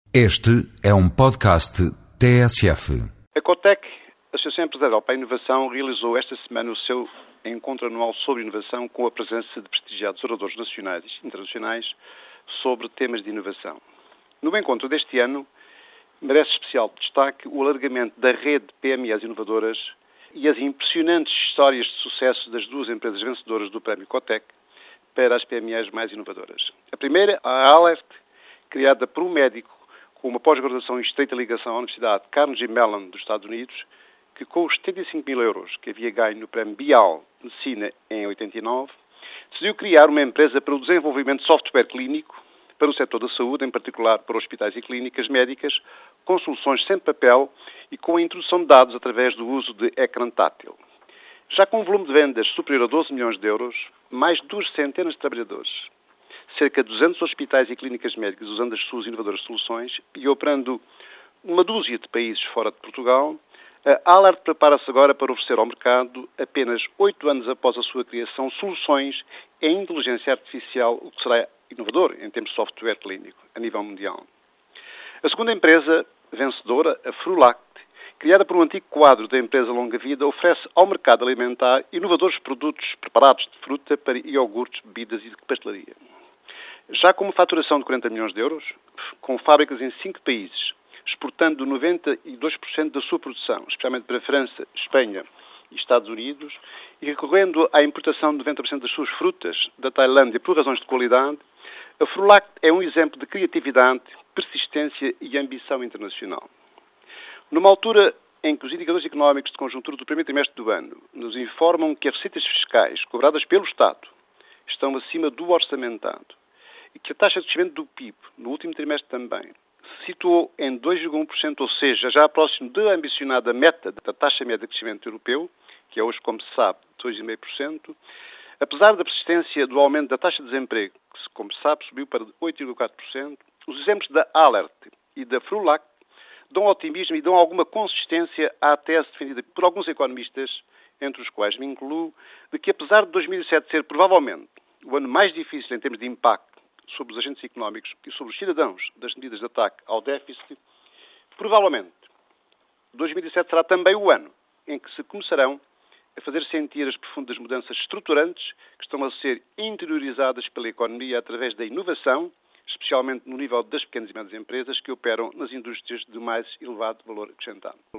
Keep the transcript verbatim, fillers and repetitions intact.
Este é um podcast T S F. A Cotec, Associação Empresarial para a Inovação, realizou esta semana o seu encontro anual sobre inovação com a presença de prestigiados oradores nacionais e internacionais sobre temas de inovação. No encontro deste ano, merece especial destaque o alargamento da rede de P M Es inovadoras e as impressionantes histórias de sucesso das duas empresas vencedoras do Prémio Cotec para as P M Es mais inovadoras. A primeira, a Alert, criada por um médico com uma pós-graduação em estreita ligação à Universidade Carnegie Mellon dos Estados Unidos, que com os setenta e cinco mil euros que havia ganho no Prémio Bial de Medicina em oitenta e nove, decidiu criar uma empresa para o desenvolvimento de software clínico para o setor da saúde, em particular para hospitais e clínicas médicas, com soluções sem papel e com a introdução de dados através do uso de ecrã tátil. Já com um volume de vendas superior a doze milhões de euros, mais de duas centenas de trabalhadores, cerca de duzentos hospitais e clínicas médicas usando as suas inovadoras soluções e operando uma dúzia de países fora de Portugal, a Alert prepara-se agora para oferecer ao mercado, apenas oito anos após a sua criação, soluções em inteligência artificial, o que será inovador em termos de software clínico a nível mundial. A segunda empresa vencedora, a Frulact, criada por um antigo quadro da empresa Longa Vida, oferece ao mercado alimentar inovadores produtos preparados de fruta para iogurtes, bebidas e de pastelaria. Já com uma faturação de quarenta milhões de euros, com fábricas em cinco países, exportando noventa e dois por cento da sua produção, especialmente para a França, Espanha e Estados Unidos, e recorrendo à importação de noventa por cento das suas frutas da Tailândia por razões de qualidade, a Frulact é um exemplo de criatividade, persistência e ambição internacional. Numa altura em que os indicadores económicos de conjuntura do primeiro trimestre do ano nos informam que as receitas fiscais cobradas pelo Estado estão acima do orçamentado e que a taxa de crescimento do P I B, no último trimestre também, se situou em dois vírgula um por cento, ou seja, já próximo da ambicionada meta da taxa média de crescimento europeu, que é hoje, como se sabe, dois vírgula cinco por cento, apesar da persistência do aumento da taxa de desemprego, que, como se sabe, subiu para oito vírgula quatro por cento, os exemplos da Alert e da Frulact dão otimismo e dão alguma consistência à tese defendida por alguns economistas, entre os quais me incluo, de que apesar de dois mil e sete ser provavelmente o ano mais difícil em termos de impacto sobre os agentes económicos e sobre os cidadãos das medidas de ataque ao déficit, provavelmente dois mil e sete será também o ano em que se começarão a fazer sentir as profundas mudanças estruturantes que estão a ser interiorizadas pela economia através da inovação, especialmente no nível das pequenas e médias empresas que operam nas indústrias de mais elevado valor acrescentado.